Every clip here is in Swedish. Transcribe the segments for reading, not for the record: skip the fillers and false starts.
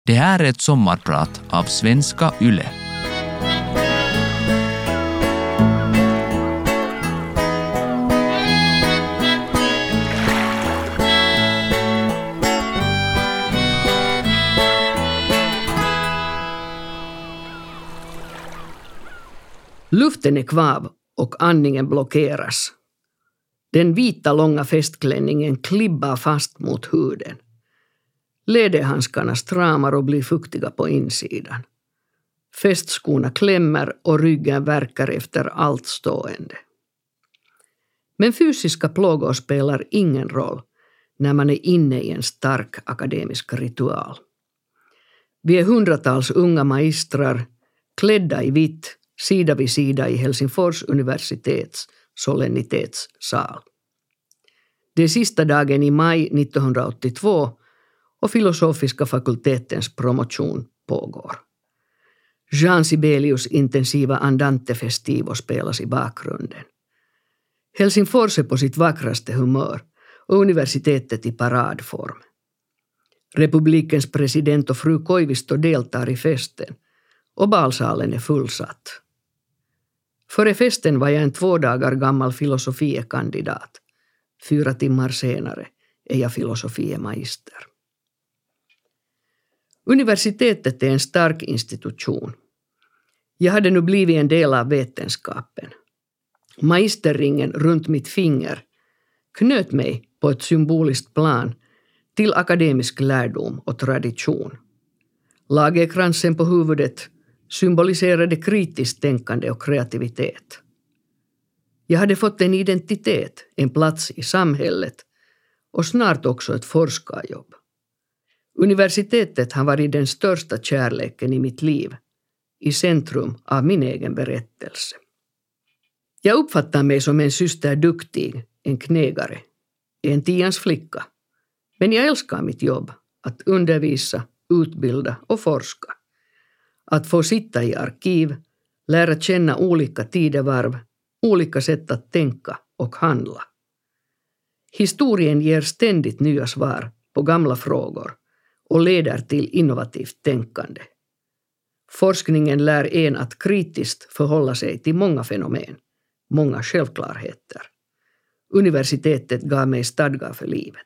Det här är ett sommarprat av Svenska Yle. Luften är kvav och andningen blockeras. Den vita långa festklänningen klibbar fast mot huden. Läderhandskarna stramar och blir fuktiga på insidan. Festskorna klämmer och ryggen verkar efter allt stående. Men fysiska plågor spelar ingen roll när man är inne i en stark akademisk ritual. Vi är hundratals unga magistrar klädda i vitt sida vid sida i Helsingfors universitets solennitetssal. Det är sista dagen i maj 1982 och filosofiska fakultetens promotion pågår. Jean Sibelius intensiva Andante Festivo spelas i bakgrunden. Helsingfors är på sitt vackraste humör och universitetet i paradform. Republikens president och fru Koivisto deltar i festen och balsalen är fullsatt. Före festen var jag en 2 dagar gammal filosofiekandidat. 4 timmar senare är jag filosofiemagister. Universitetet är en stark institution. Jag hade nu blivit en del av vetenskapen. Magisterringen runt mitt finger knöt mig på ett symboliskt plan till akademisk lärdom och tradition. Lagerkransen på huvudet symboliserade kritiskt tänkande och kreativitet. Jag hade fått en identitet, en plats i samhället och snart också ett forskarjobb. Universitetet har varit den största kärleken i mitt liv, i centrum av min egen berättelse. Jag uppfattar mig som en syster duktig, en knegare, en 10:ans flicka. Men jag älskar mitt jobb, att undervisa, utbilda och forska. Att få sitta i arkiv, lära känna olika tidevarv, olika sätt att tänka och handla. Historien ger ständigt nya svar på gamla frågor och leder till innovativt tänkande. Forskningen lär en att kritiskt förhålla sig till många fenomen, många självklarheter. Universitetet gav mig stadga för livet.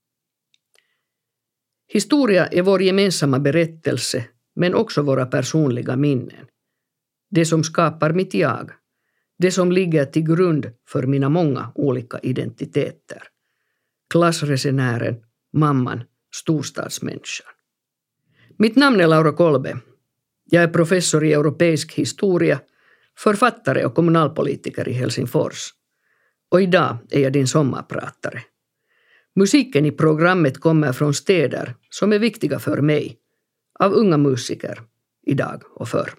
Historia är vår gemensamma berättelse, men också våra personliga minnen. Det som skapar mitt jag. Det som ligger till grund för mina många olika identiteter. Klassresenären, mamman, storstadsmänniskan. Mitt namn är Laura Kolbe. Jag är professor i europeisk historia, författare och kommunalpolitiker i Helsingfors. Och idag är jag din sommarpratare. Musiken i programmet kommer från städer som är viktiga för mig, av unga musiker, idag och förr.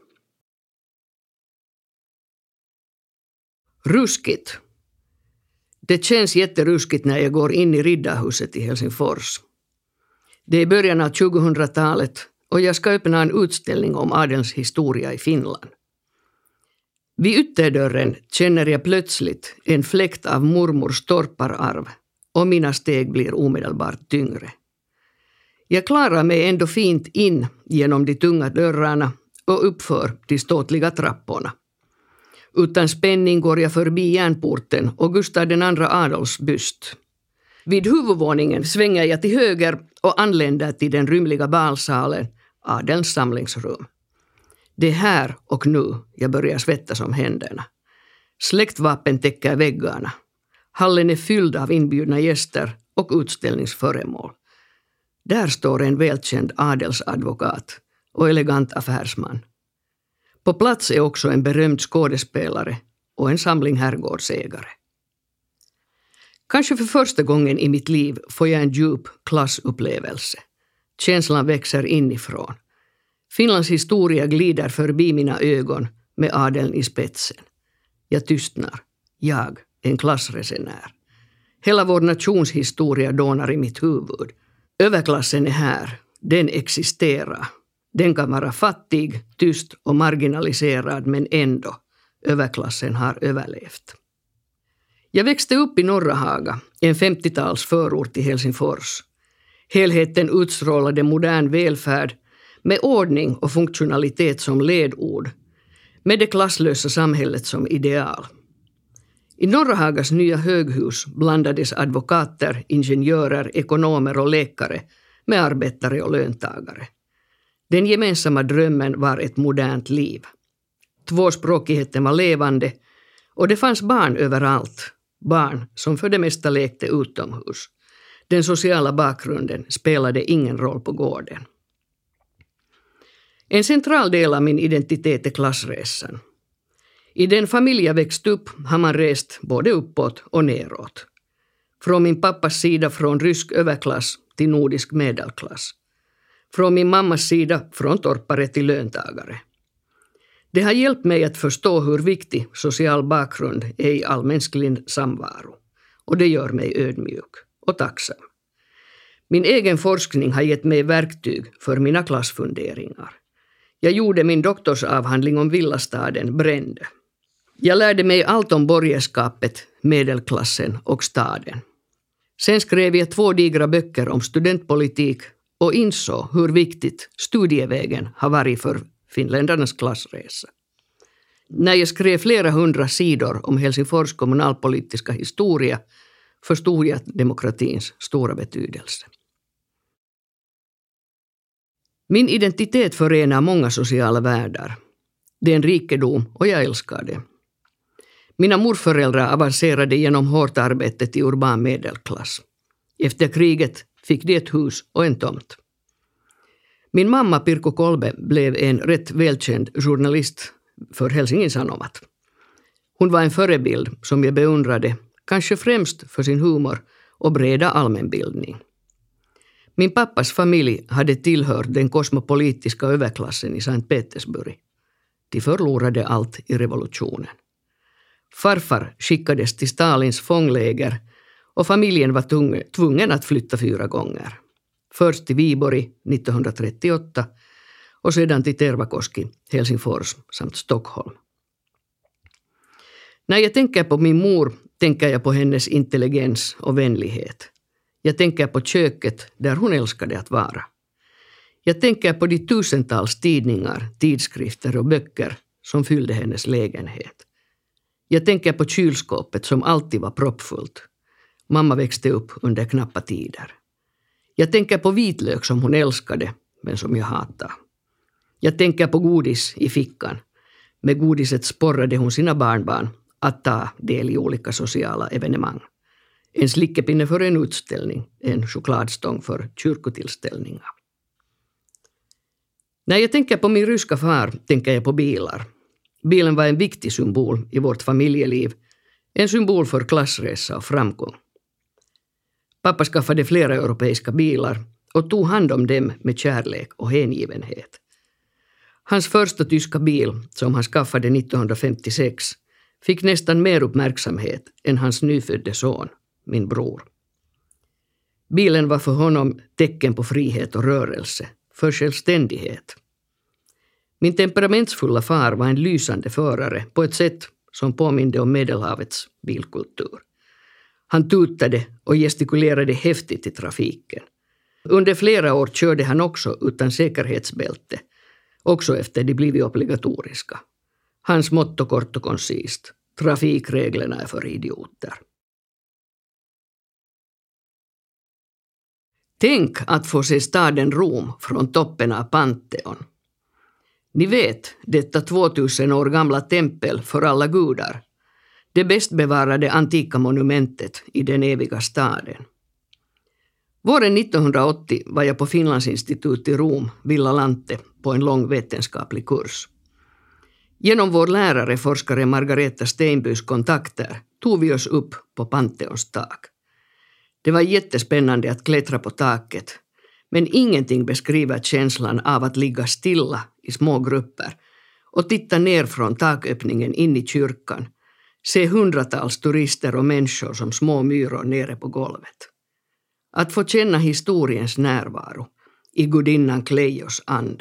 Ruskigt. Det känns jätteruskigt när jag går in i Riddarhuset i Helsingfors. Det är början av 2000-talet och jag ska öppna en utställning om adelns historia i Finland. Vid ytterdörren känner jag plötsligt en fläkt av mormors torpararv och mina steg blir omedelbart tyngre. Jag klarar mig ändå fint in genom de tunga dörrarna och uppför de ståtliga trapporna. Utan spänning går jag förbi järnporten och Gustav II Adolfs byst. Vid huvudvåningen svänger jag till höger och anländer till den rymliga balsalen, adelns samlingsrum. Det är här och nu jag börjar svettas om händerna. Släktvapen täcker väggarna. Hallen är fylld av inbjudna gäster och utställningsföremål. Där står en välkänd adelsadvokat och elegant affärsman. På plats är också en berömd skådespelare och en samling herrgårdsägare. Kanske för första gången i mitt liv får jag en djup klassupplevelse. Känslan växer inifrån. Finlands historia glider förbi mina ögon med adeln i spetsen. Jag tystnar. Jag, en klassresenär. Hela vår nationshistoria dånar i mitt huvud. Överklassen är här. Den existerar. Den kan vara fattig, tyst och marginaliserad, men ändå. Överklassen har överlevt. Jag växte upp i Norra Haga, en 50-tals förort i Helsingfors. Helheten utstrålade modern välfärd, med ordning och funktionalitet som ledord, med det klasslösa samhället som ideal. I Norra Hagas nya höghus blandades advokater, ingenjörer, ekonomer och läkare med arbetare och löntagare. Den gemensamma drömmen var ett modernt liv. Tvåspråkigheten var levande och det fanns barn överallt. Barn som för det mesta lekte utomhus. Den sociala bakgrunden spelade ingen roll på gården. En central del av min identitet är klassresan. I den familj jag växt upp har man rest både uppåt och neråt. Från min pappas sida från rysk överklass till nordisk medelklass. Från min mammas sida från torpare till löntagare. Det har hjälpt mig att förstå hur viktig social bakgrund är i allmänsklig samvaro. Och det gör mig ödmjuk och tacksam. Min egen forskning har gett mig verktyg för mina klassfunderingar. Jag gjorde min doktorsavhandling om villastaden Brände. Jag lärde mig allt om borgerskapet, medelklassen och staden. Sen skrev jag 2 digra böcker om studentpolitik och insåg hur viktigt studievägen har varit för finländarnas klassresa. När jag skrev flera 100 sidor om Helsingfors kommunalpolitiska historia förstod jag demokratins stora betydelse. Min identitet förenar många sociala världar. Det är en rikedom och jag älskar det. Mina morföräldrar avancerade genom hårt arbete till urban medelklass. Efter kriget fick de ett hus och en tomt. Min mamma Pirkko Kolbe blev en rätt välkänd journalist för Helsingin Sanomat. Hon var en förebild som jag beundrade, kanske främst för sin humor och breda allmänbildning. Min pappas familj hade tillhört den kosmopolitiska överklassen i Sankt Petersburg. De förlorade allt i revolutionen. Farfar skickades till Stalins fångläger och familjen var tvungen att flytta 4 gånger. Först till Viborg 1938 och sedan till Tervakoski, Helsingfors samt Stockholm. När jag tänker på min mor tänker jag på hennes intelligens och vänlighet. Jag tänker på köket där hon älskade att vara. Jag tänker på de tusentals tidningar, tidskrifter och böcker som fyllde hennes lägenhet. Jag tänker på kylskåpet som alltid var proppfullt. Mamma växte upp under knappa tider. Jag tänker på vitlök som hon älskade, men som jag hatade. Jag tänker på godis i fickan. Med godiset sporrade hon sina barnbarn att ta del i olika sociala evenemang. En slickepinne för en utställning, en chokladstång för kyrkotillställningar. När jag tänker på min ryska far tänker jag på bilar. Bilen var en viktig symbol i vårt familjeliv, en symbol för klassresa och framgång. Pappa skaffade flera europeiska bilar och tog hand om dem med kärlek och hängivenhet. Hans första tyska bil, som han skaffade 1956, fick nästan mer uppmärksamhet än hans nyfödde son, min bror. Bilen var för honom tecken på frihet och rörelse, för självständighet. Min temperamentsfulla far var en lysande förare på ett sätt som påminde om Medelhavets bilkultur. Han tutade och gestikulerade häftigt i trafiken. Under flera år körde han också utan säkerhetsbälte, också efter de blivit obligatoriska. Hans motto kort och koncist: trafikreglerna är för idioter. Tänk att få se staden Rom från toppen av Pantheon. Ni vet, detta 2000 år gamla tempel för alla gudar. Det bäst bevarade antika monumentet i den eviga staden. Våren 1980 var jag på Finlandsinstitut i Rom, Villa Lante, på en lång vetenskaplig kurs. Genom vår lärare, forskare Margareta Steinbys kontakter, tog vi oss upp på Pantheons tak. Det var jättespännande att klättra på taket, men ingenting beskriver känslan av att ligga stilla i små grupper och titta ner från taköppningen in i kyrkan, se hundratals turister och människor som små myror nere på golvet. Att få känna historiens närvaro i gudinnan Kleios anda.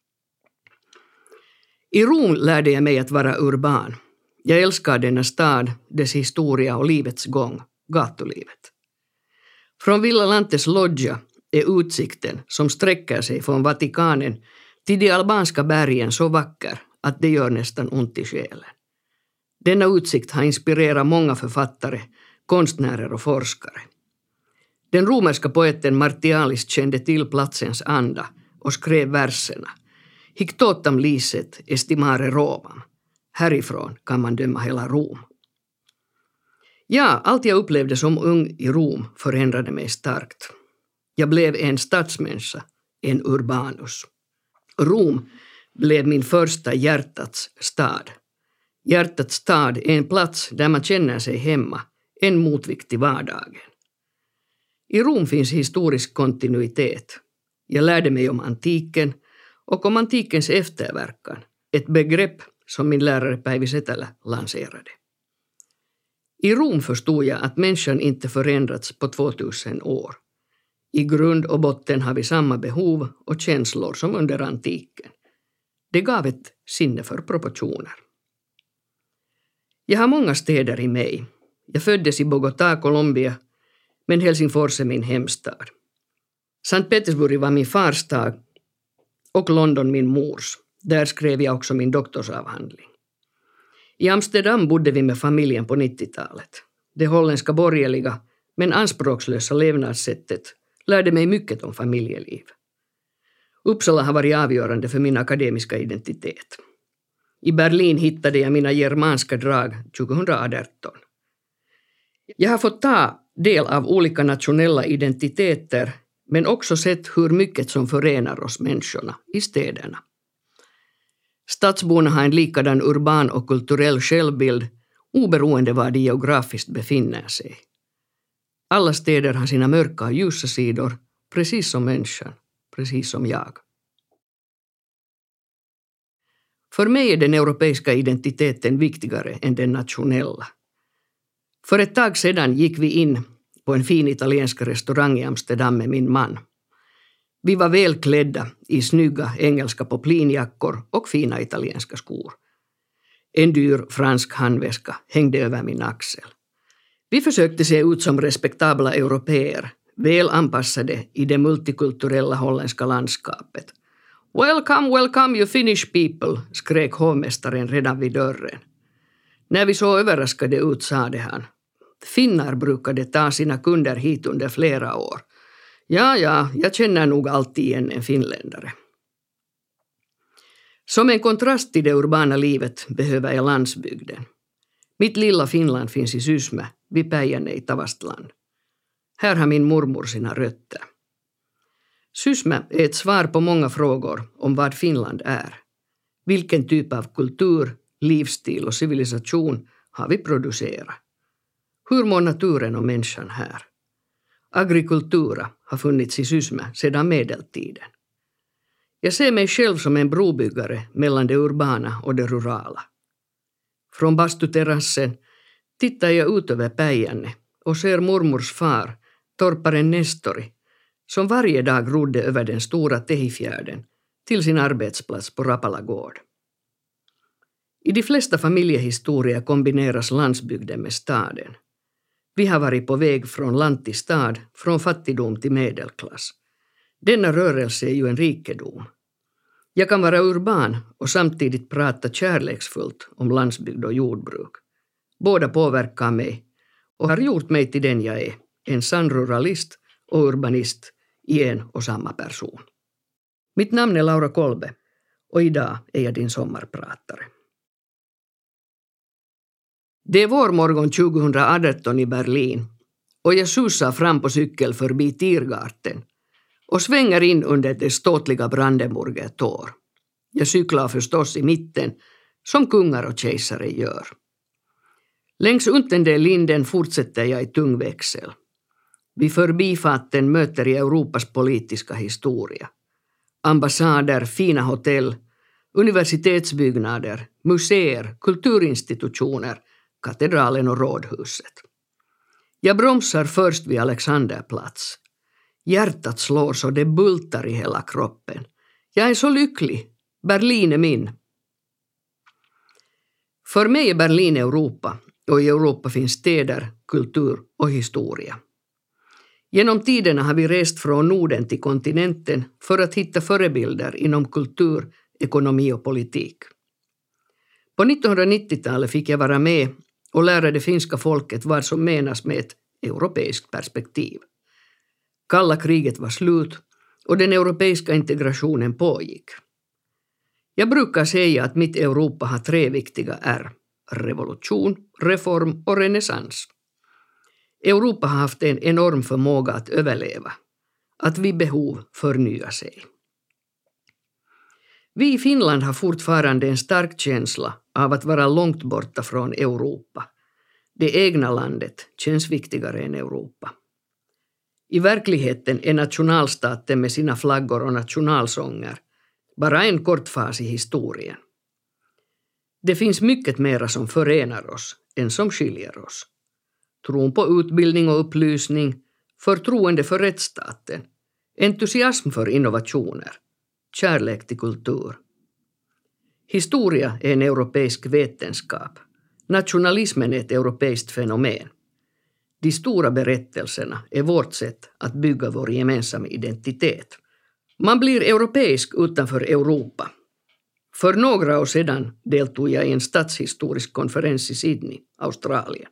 I Rom lärde jag mig att vara urban. Jag älskar denna stad, dess historia och livets gång, gatulivet. Från Villa Lantes loggia är utsikten som sträcker sig från Vatikanen till de albanska bergen så vacker att det gör nästan ont i själen. Denna utsikt har inspirerat många författare, konstnärer och forskare. Den romerska poeten Martialis kände till platsens anda och skrev verserna. Hic totam licet estimare Romam. Härifrån kan man döma hela Rom. Ja, allt jag upplevde som ung i Rom förändrade mig starkt. Jag blev en stadsmänniska, en urbanus. Rom blev min första hjärtats stad. Hjärtats stad är en plats där man känner sig hemma, en motvikt till vardagen. I Rom finns historisk kontinuitet. Jag lärde mig om antiken och om antikens efterverkan, ett begrepp som min lärare Päivi Setälä lanserade. I Rom förstod jag att människan inte förändrats på 2000 år. I grund och botten har vi samma behov och känslor som under antiken. Det gav ett sinne för proportioner. Jag har många städer i mig. Jag föddes i Bogotá, Colombia, men Helsingfors är min hemstad. Sankt Petersburg var min fars stad och London min mors. Där skrev jag också min doktorsavhandling. I Amsterdam bodde vi med familjen på 90-talet. Det holländska borgerliga men anspråkslösa levnadssättet lärde mig mycket om familjeliv. Uppsala har varit avgörande för min akademiska identitet. I Berlin hittade jag mina germanska drag 2018. Jag har fått ta del av olika nationella identiteter men också sett hur mycket som förenar oss människorna i städerna. Stadsborna har en likadan urban och kulturell självbild oberoende var de geografiskt befinner sig. Alla städer har sina mörka och ljusa sidor, precis som människan, precis som jag. För mig är den europeiska identiteten viktigare än den nationella. För ett tag sedan gick vi in på en fin italiensk restaurang i Amsterdam med min man. Vi var välklädda i snygga engelska poplinjackor och fina italienska skor. En dyr fransk handväska hängde över min axel. Vi försökte se ut som respektabla europeer, väl anpassade i det multikulturella holländska landskapet. "Welcome, welcome you Finnish people", skrek hovmästaren redan vid dörren. När vi så överraskade ut sade han: "Finnar brukade ta sina kunder hit under flera år. Ja, jag känner nog alltid igen en finländare." Som en kontrast till det urbana livet behöver jag landsbygden. Mitt lilla Finland finns i Sysmä, vid Päijänne i Tavastland. Här har min mormor sina rötter. Sysmä är ett svar på många frågor om vad Finland är. Vilken typ av kultur, livsstil och civilisation har vi producerat? Hur mår naturen och människan här? Agrikultura har funnits i Sysmä sedan medeltiden. Jag ser mig själv som en brobyggare mellan det urbana och det rurala. Från bastuterrassen tittar jag ut över Päijänne och ser mormors far, torparen Nestori, som varje dag rodde över den stora Tehifjärden till sin arbetsplats på Rapala gård. I de flesta familjehistorier kombineras landsbygden med staden. Vi har varit på väg från land till stad, från fattigdom till medelklass. Denna rörelse är ju en rikedom. Jag kan vara urban och samtidigt prata kärleksfullt om landsbygd och jordbruk. Båda påverkar mig och har gjort mig till den jag är, en sann ruralist och urbanist i en och samma person. Mitt namn är Laura Kolbe och idag är jag din sommarpratare. Det är vårmorgon 2018 i Berlin och jag susar fram på cykel förbi Tiergarten och svänger in under det ståtliga Brandenburger Tor. Jag cyklar förstås i mitten som kungar och kejsare gör. Längs Unterden Linden fortsätter jag i tung växel. Vid förbifarten möter jag Europas politiska historia. Ambassader, fina hotell, universitetsbyggnader, museer, kulturinstitutioner, katedralen och rådhuset. Jag bromsar först vid Alexanderplats. Hjärtat slår så det bultar i hela kroppen. Jag är så lycklig. Berlin är min. För mig är Berlin Europa och i Europa finns städer, kultur och historia. Genom tiderna har vi rest från Norden till kontinenten för att hitta förebilder inom kultur, ekonomi och politik. På 1990-talet fick jag vara med och lära det finska folket vad som menas med ett europeiskt perspektiv. Kalla kriget var slut och den europeiska integrationen pågick. Jag brukar säga att mitt Europa har 3 viktiga R: revolution, reform och renässans. Europa har haft en enorm förmåga att överleva, att vid behov förnya sig. Vi i Finland har fortfarande en stark känsla av att vara långt borta från Europa. Det egna landet känns viktigare än Europa. I verkligheten är nationalstaten med sina flaggor och nationalsånger bara en kort fas i historien. Det finns mycket mera som förenar oss än som skiljer oss. Tron på utbildning och upplysning, förtroende för rättsstaten, entusiasm för innovationer, kärlek till kultur. Historia är en europeisk vetenskap. Nationalismen är ett europeiskt fenomen. De stora berättelserna är vårt sätt att bygga vår gemensamma identitet. Man blir europeisk utanför Europa. För några år sedan deltog jag i en statshistorisk konferens i Sydney, Australien.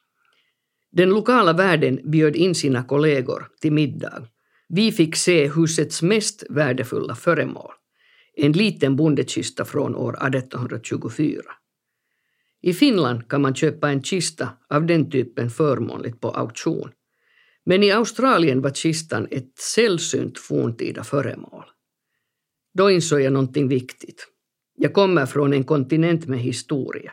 Den lokala värden bjöd in sina kollegor till middag. Vi fick se husets mest värdefulla föremål, en liten bondekista från år 1824. I Finland kan man köpa en kista av den typen förmånligt på auktion. Men i Australien var kistan ett sällsynt forntida föremål. Då insåg jag någonting viktigt. Jag kommer från en kontinent med historia.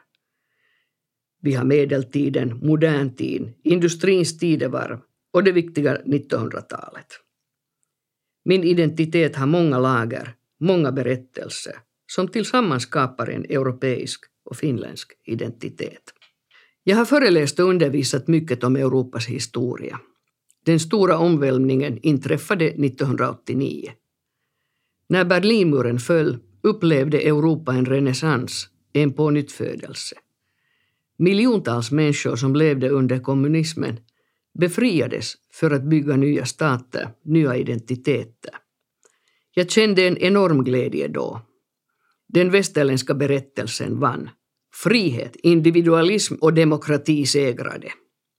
Vi har medeltiden, modern tid, industrins tidevarv och det viktiga 1900-talet. Min identitet har många lager, många berättelser som tillsammans skapar en europeisk och finländsk identitet. Jag har föreläst och undervisat mycket om Europas historia. Den stora omvälvningen inträffade 1989. När Berlinmuren föll upplevde Europa en renässans, en pånyttfödelse. Miljontals människor som levde under kommunismen befriades för att bygga nya stater, nya identiteter. Jag kände en enorm glädje då. Den västerländska berättelsen vann. Frihet, individualism och demokrati segrade.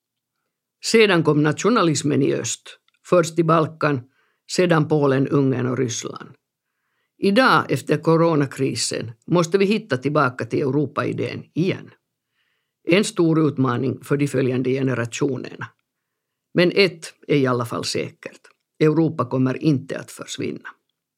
Sedan kom nationalismen i öst, först i Balkan, sedan Polen, Ungern och Ryssland. Idag, efter coronakrisen, måste vi hitta tillbaka till Europa-idén igen. En stor utmaning för de följande generationerna. Men ett är i alla fall säkert. Europa kommer inte att försvinna.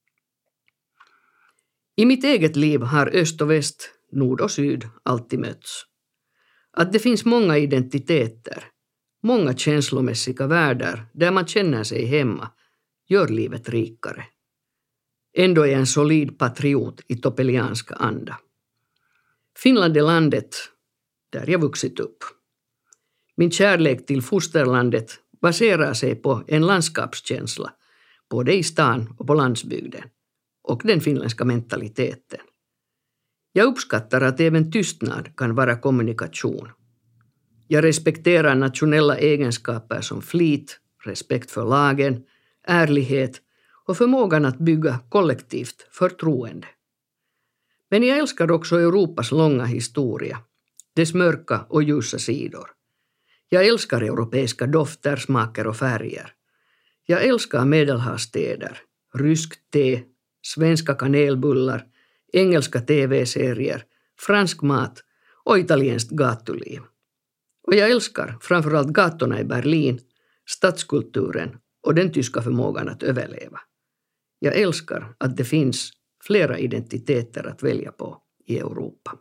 I mitt eget liv har öst och väst, nord och syd alltid mötts. Att det finns många identiteter, många känslomässiga världar där man känner sig hemma, gör livet rikare. Ändå är jag en solid patriot i topelianska anda. Finland är landet där jag vuxit upp. Min kärlek till fosterlandet baserar sig på en landskapskänsla, både i stan och på landsbygden, och den finländska mentaliteten. Jag uppskattar att även tystnad kan vara kommunikation. Jag respekterar nationella egenskaper som flit, respekt för lagen, ärlighet och förmågan att bygga kollektivt förtroende. Men jag älskar också Europas långa historia, dess mörka och ljusa sidor. Jag älskar europeiska dofter, smaker och färger. Jag älskar medelhavsstäder, ryskt te, svenska kanelbullar, engelska tv-serier, fransk mat och italienskt gatuliv. Och jag älskar framförallt gatorna i Berlin, stadskulturen och den tyska förmågan att överleva. Jag älskar att det finns flera identiteter att välja på i Europa.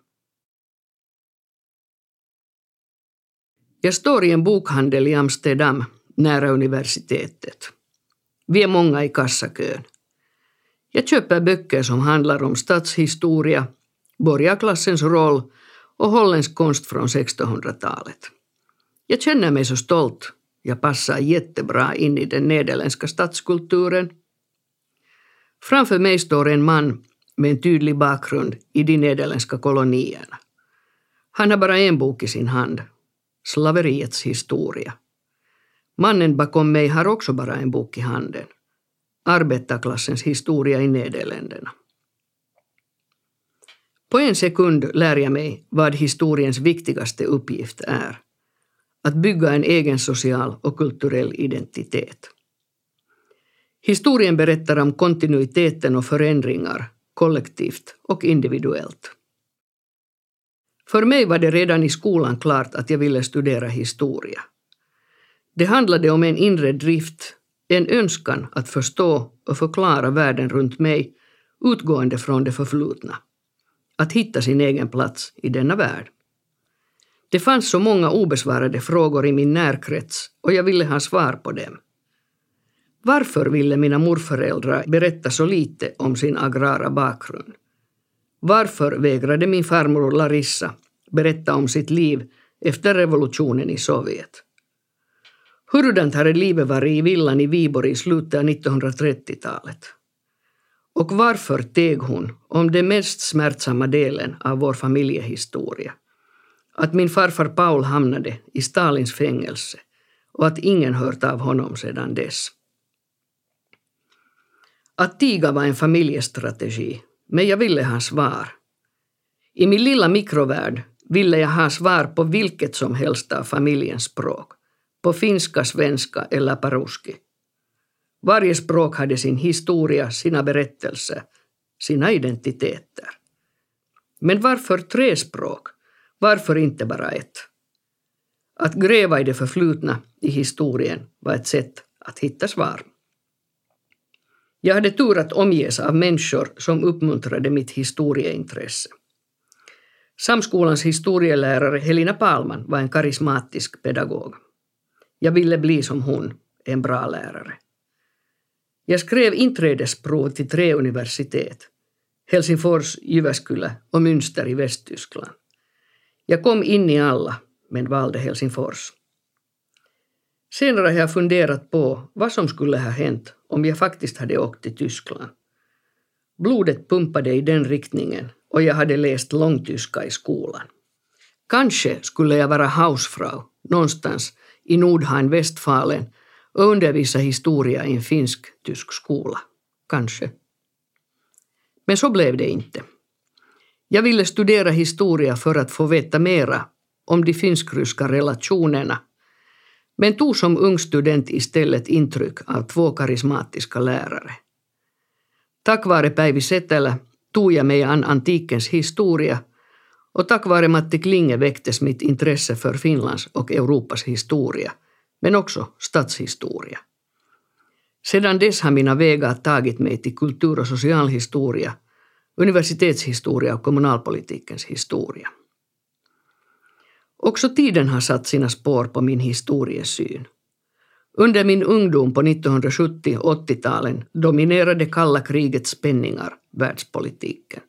Jag står i en bokhandel i Amsterdam, nära universitetet. Vi är många i kassakön. Jag köper böcker som handlar om stadshistoria, borgarklassens roll och holländsk konst från 1600-talet. Jag känner mig så stolt. Jag passar jättebra in i den nederländska stadskulturen. Framför mig står en man med en tydlig bakgrund i de nederländska kolonierna. Han har bara en bok i sin hand, Slaveriets historia. Mannen bakom mig har också bara en bok i handen. Arbetarklassens historia i Nederländerna. På en sekund lär jag mig vad historiens viktigaste uppgift är. Att bygga en egen social och kulturell identitet. Historien berättar om kontinuiteten och förändringar, kollektivt och individuellt. För mig var det redan i skolan klart att jag ville studera historia. Det handlade om en inre drift, en önskan att förstå och förklara världen runt mig utgående från det förflutna. Att hitta sin egen plats i denna värld. Det fanns så många obesvarade frågor i min närkrets och jag ville ha svar på dem. Varför ville mina morföräldrar berätta så lite om sin agrara bakgrund? Varför vägrade min farmor Larissa berätta om sitt liv efter revolutionen i Sovjet? Hurdant hade livet varit i villan i Viborg i slutet av 1930-talet? Och varför teg hon om den mest smärtsamma delen av vår familjehistoria? Att min farfar Paul hamnade i Stalins fängelse och att ingen hört av honom sedan dess. Att tiga var en familjestrategi, men jag ville ha svar. I min lilla mikrovärld ville jag ha svar på vilket som helst av familjens språk. På finska, svenska eller paruski. Varje språk hade sin historia, sina berättelser, sina identiteter. Men varför 3 språk? Varför inte bara ett? Att gräva i det förflutna i historien var ett sätt att hitta svar. Jag hade tur att omges av människor som uppmuntrade mitt historieintresse. Samskolans historielärare Helena Palman var en karismatisk pedagog. Jag ville bli som hon, en bra lärare. Jag skrev inträdesprov till 3 universitet. Helsingfors, Jyväskylä och Münster i Västtyskland. Jag kom in i alla, men valde Helsingfors. Senare har jag funderat på vad som skulle ha hänt om jag faktiskt hade åkt till Tyskland. Blodet pumpade i den riktningen och jag hade läst långtyska i skolan. Kanske skulle jag vara hausfrau någonstans i Nordrhein-Westfalen och undervisa historia i en finsk-tysk skola. Kanske. Men så blev det inte. Jag ville studera historia för att få veta mera om de finsk-ryska relationerna, men tog som ung student istället intryck av 2 karismatiska lärare. Tack vare Päivi Setelä tog jag mig an antikens historia och tack vare Matti Klinge väcktes mitt intresse för Finlands och Europas historia, men också stadshistoria. Sedan dess har mina vägar tagit mig till kultur- och socialhistoria, universitetshistoria och kommunalpolitikens historia. Också tiden har satt sina spår på min historiesyn. Under min ungdom på 1970- och 80-talen dominerade kalla krigets spänningar världspolitiken.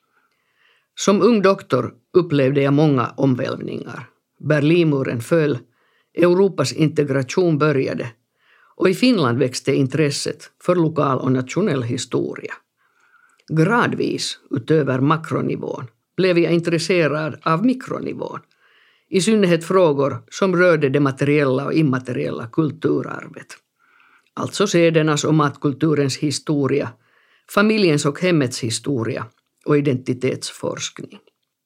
Som ung doktor upplevde jag många omvälvningar. Berlinmuren föll, Europas integration började och i Finland växte intresset för lokal och nationell historia. Gradvis, utöver makronivån, blev jag intresserad av mikronivån, i synnerhet frågor som rörde det materiella och immateriella kulturarvet. Alltså sedernas och matkulturens historia, familjens och hemmets historia och identitetsforskning.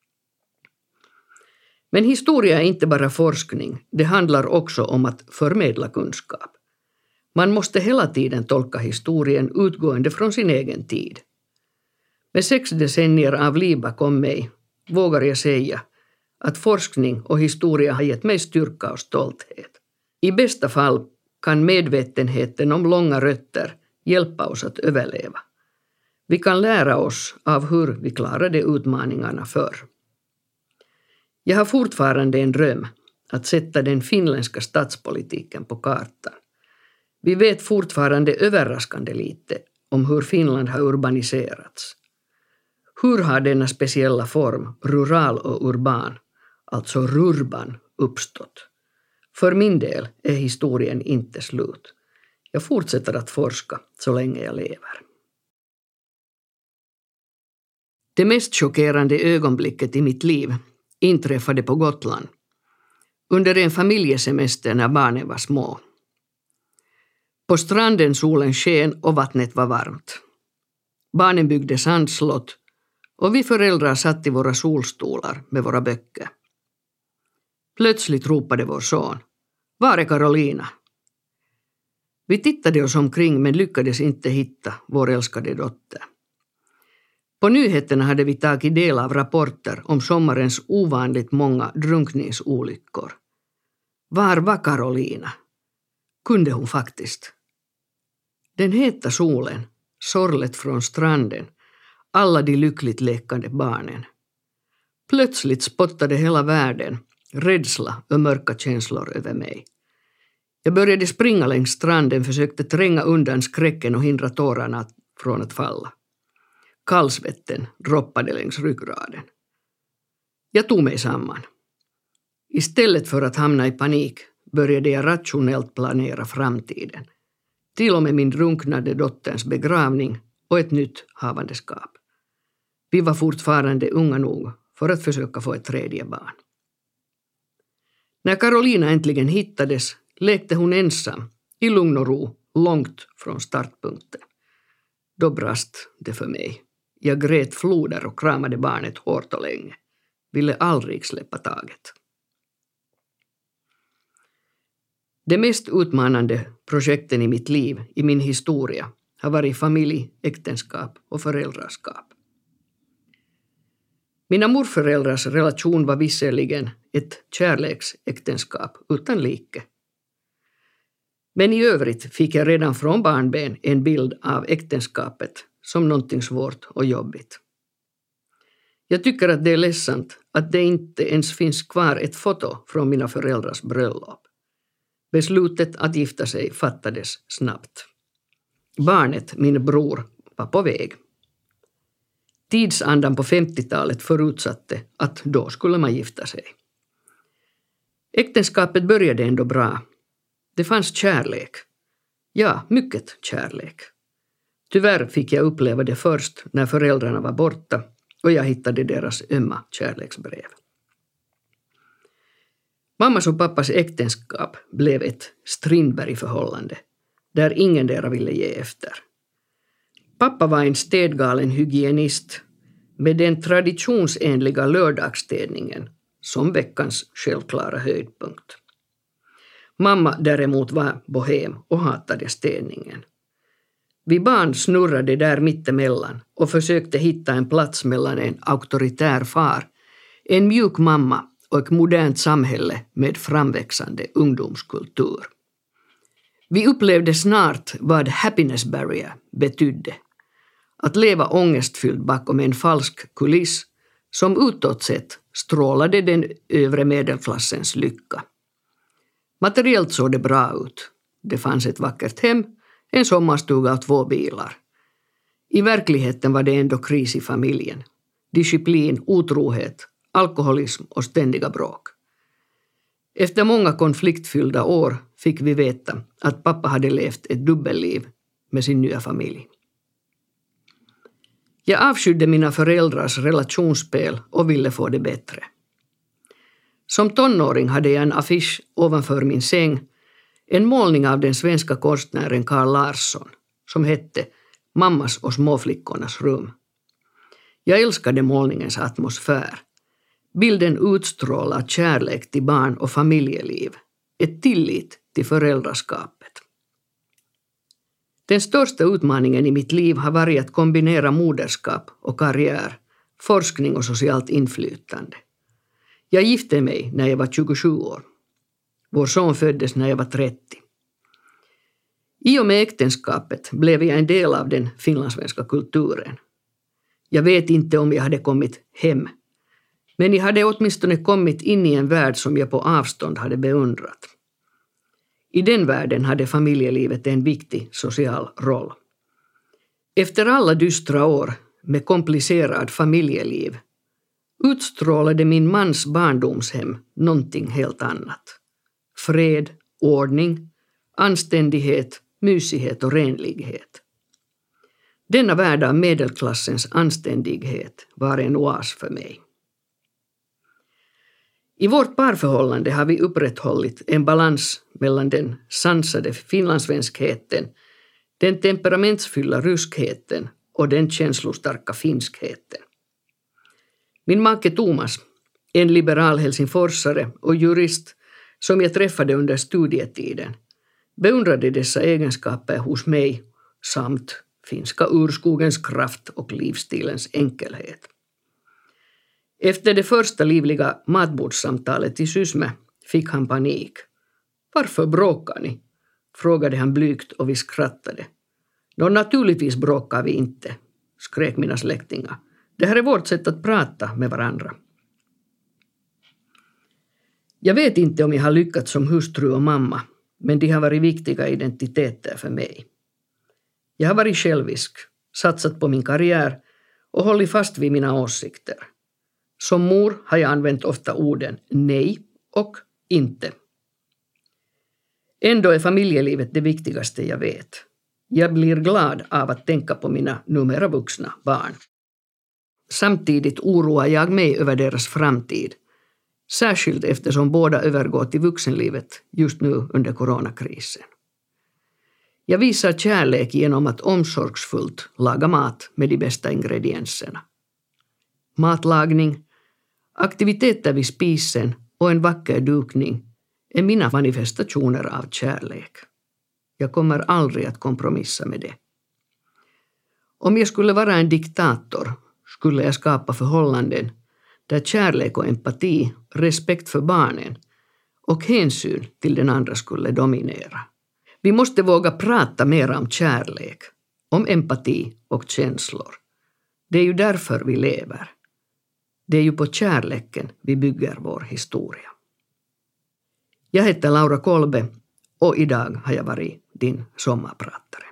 Men historia är inte bara forskning, det handlar också om att förmedla kunskap. Man måste hela tiden tolka historien utgående från sin egen tid. Med 6 decennier av liv bakom mig vågar jag säga att forskning och historia har gett mig styrka och stolthet. I bästa fall kan medvetenheten om långa rötter hjälpa oss att överleva. Vi kan lära oss av hur vi klarade utmaningarna förr. Jag har fortfarande en dröm att sätta den finländska stadspolitiken på kartan. Vi vet fortfarande överraskande lite om hur Finland har urbaniserats. Hur har denna speciella form, rural och urban, alltså rurban, uppstått? För min del är historien inte slut. Jag fortsätter att forska så länge jag lever. Det mest chockerande ögonblicket i mitt liv inträffade på Gotland under en familjesemester när barnen var små. På stranden solen sken och vattnet var varmt. Barnen byggde sandslott och vi föräldrar satt i våra solstolar med våra böcker. Plötsligt ropade vår son: "Var är Carolina?" Vi tittade oss omkring men lyckades inte hitta vår älskade dotter. På nyheterna hade vi tagit del av rapporter om sommarens ovanligt många drunkningsolyckor. Var var Carolina? Kunde hon faktiskt? Den heta solen, sorlet från stranden, alla de lyckligt lekande barnen. Plötsligt spottade hela världen rädsla och mörka känslor över mig. Jag började springa längs stranden, försökte tränga undan skräcken och hindra tårarna från att falla. Kallsvetten droppade längs ryggraden. Jag tog mig samman. Istället för att hamna i panik började jag rationellt planera framtiden. Till och med min drunknade dotterns begravning och ett nytt havandeskap. Vi var fortfarande unga nog för att försöka få ett tredje barn. När Carolina äntligen hittades lekte hon ensam, i lugn och ro, långt från startpunkten. Då brast det för mig. Jag grät floder och kramade barnet hårt och länge. Ville aldrig släppa taget. De mest utmanande projekten i mitt liv, i min historia, har varit familj, äktenskap och föräldraskap. Mina morföräldrars relation var visserligen ett kärleksäktenskap utan like. Men i övrigt fick jag redan från barnben en bild av äktenskapet som någonting svårt och jobbigt. Jag tycker att det är ledsamt att det inte ens finns kvar ett foto från mina föräldrars bröllop. Beslutet att gifta sig fattades snabbt. Barnet, min bror, var på väg. Tidsandan på 50-talet förutsatte att då skulle man gifta sig. Äktenskapet började ändå bra. Det fanns kärlek. Ja, mycket kärlek. Tyvärr fick jag uppleva det först när föräldrarna var borta och jag hittade deras ömma kärleksbrev. Mammas och pappas äktenskap blev ett Strindberg-förhållande där ingen dera ville ge efter. Pappa var en städgalen hygienist med den traditionsenliga lördagsstädningen som veckans självklara höjdpunkt. Mamma däremot var bohem och hatade städningen. Vi barn snurrade där mittemellan och försökte hitta en plats mellan en auktoritär far, en mjuk mamma och ett modernt samhälle med framväxande ungdomskultur. Vi upplevde snart vad happiness barrier betydde. Att leva ångestfylld bakom en falsk kuliss som utåt sett strålade den övre medelklassens lycka. Materiellt såg det bra ut. Det fanns ett vackert hem, en sommarstuga och 2 bilar. I verkligheten var det ändå kris i familjen. Disciplin, otrohet, alkoholism och ständiga bråk. Efter många konfliktfyllda år fick vi veta att pappa hade levt ett dubbelliv med sin nya familj. Jag avskydde mina föräldrars relationsspel och ville få det bättre. Som tonåring hade jag en affisch ovanför min säng, en målning av den svenska konstnären Carl Larsson som hette Mammas och småflickornas rum. Jag älskade målningens atmosfär. Bilden utstrålar kärlek till barn och familjeliv, ett tillit till föräldraskapet. Den största utmaningen i mitt liv har varit att kombinera moderskap och karriär, forskning och socialt inflytande. Jag gifte mig när jag var 27 år. Vår son föddes när jag var 30. I och med äktenskapet blev jag en del av den finlandssvenska kulturen. Jag vet inte om jag hade kommit hem, men jag hade åtminstone kommit in i en värld som jag på avstånd hade beundrat. I den världen hade familjelivet en viktig social roll. Efter alla dystra år med komplicerad familjeliv utstrålade min mans barndomshem någonting helt annat. Fred, ordning, anständighet, mysighet och renlighet. Denna värld av medelklassens anständighet var en oas för mig. I vårt parförhållande har vi upprätthållit en balans mellan den sansade finlandssvenskheten, den temperamentsfulla ryskheten och den känslostarka finskheten. Min make Thomas, en liberal helsingforsare och jurist som jag träffade under studietiden, beundrade dessa egenskaper hos mig samt finska urskogens kraft och livsstilens enkelhet. Efter det första livliga matbordssamtalet i Sysmä fick han panik. Varför bråkar ni? Frågade han blygt och vi skrattade. Naturligtvis bråkar vi inte, skrek mina släktingar. Det här är vårt sätt att prata med varandra. Jag vet inte om jag har lyckats som hustru och mamma, men de har varit viktiga identiteter för mig. Jag har varit självisk, satsat på min karriär och hållit fast vid mina åsikter. Som mor har jag använt ofta orden nej och inte. Ändå är familjelivet det viktigaste jag vet. Jag blir glad av att tänka på mina numera vuxna barn. Samtidigt oroar jag mig över deras framtid, särskilt eftersom båda övergår till vuxenlivet just nu under coronakrisen. Jag visar kärlek genom att omsorgsfullt laga mat med de bästa ingredienserna. Matlagning, aktiviteter vid spisen och en vacker dukning är mina manifestationer av kärlek. Jag kommer aldrig att kompromissa med det. Om jag skulle vara en diktator skulle jag skapa förhållanden där kärlek och empati, respekt för barnen och hänsyn till den andra skulle dominera. Vi måste våga prata mer om kärlek, om empati och känslor. Det är ju därför vi lever. Det är ju på kärleken vi bygger vår historia. Jag heter Laura Kolbe och idag har jag varit din sommarpratare.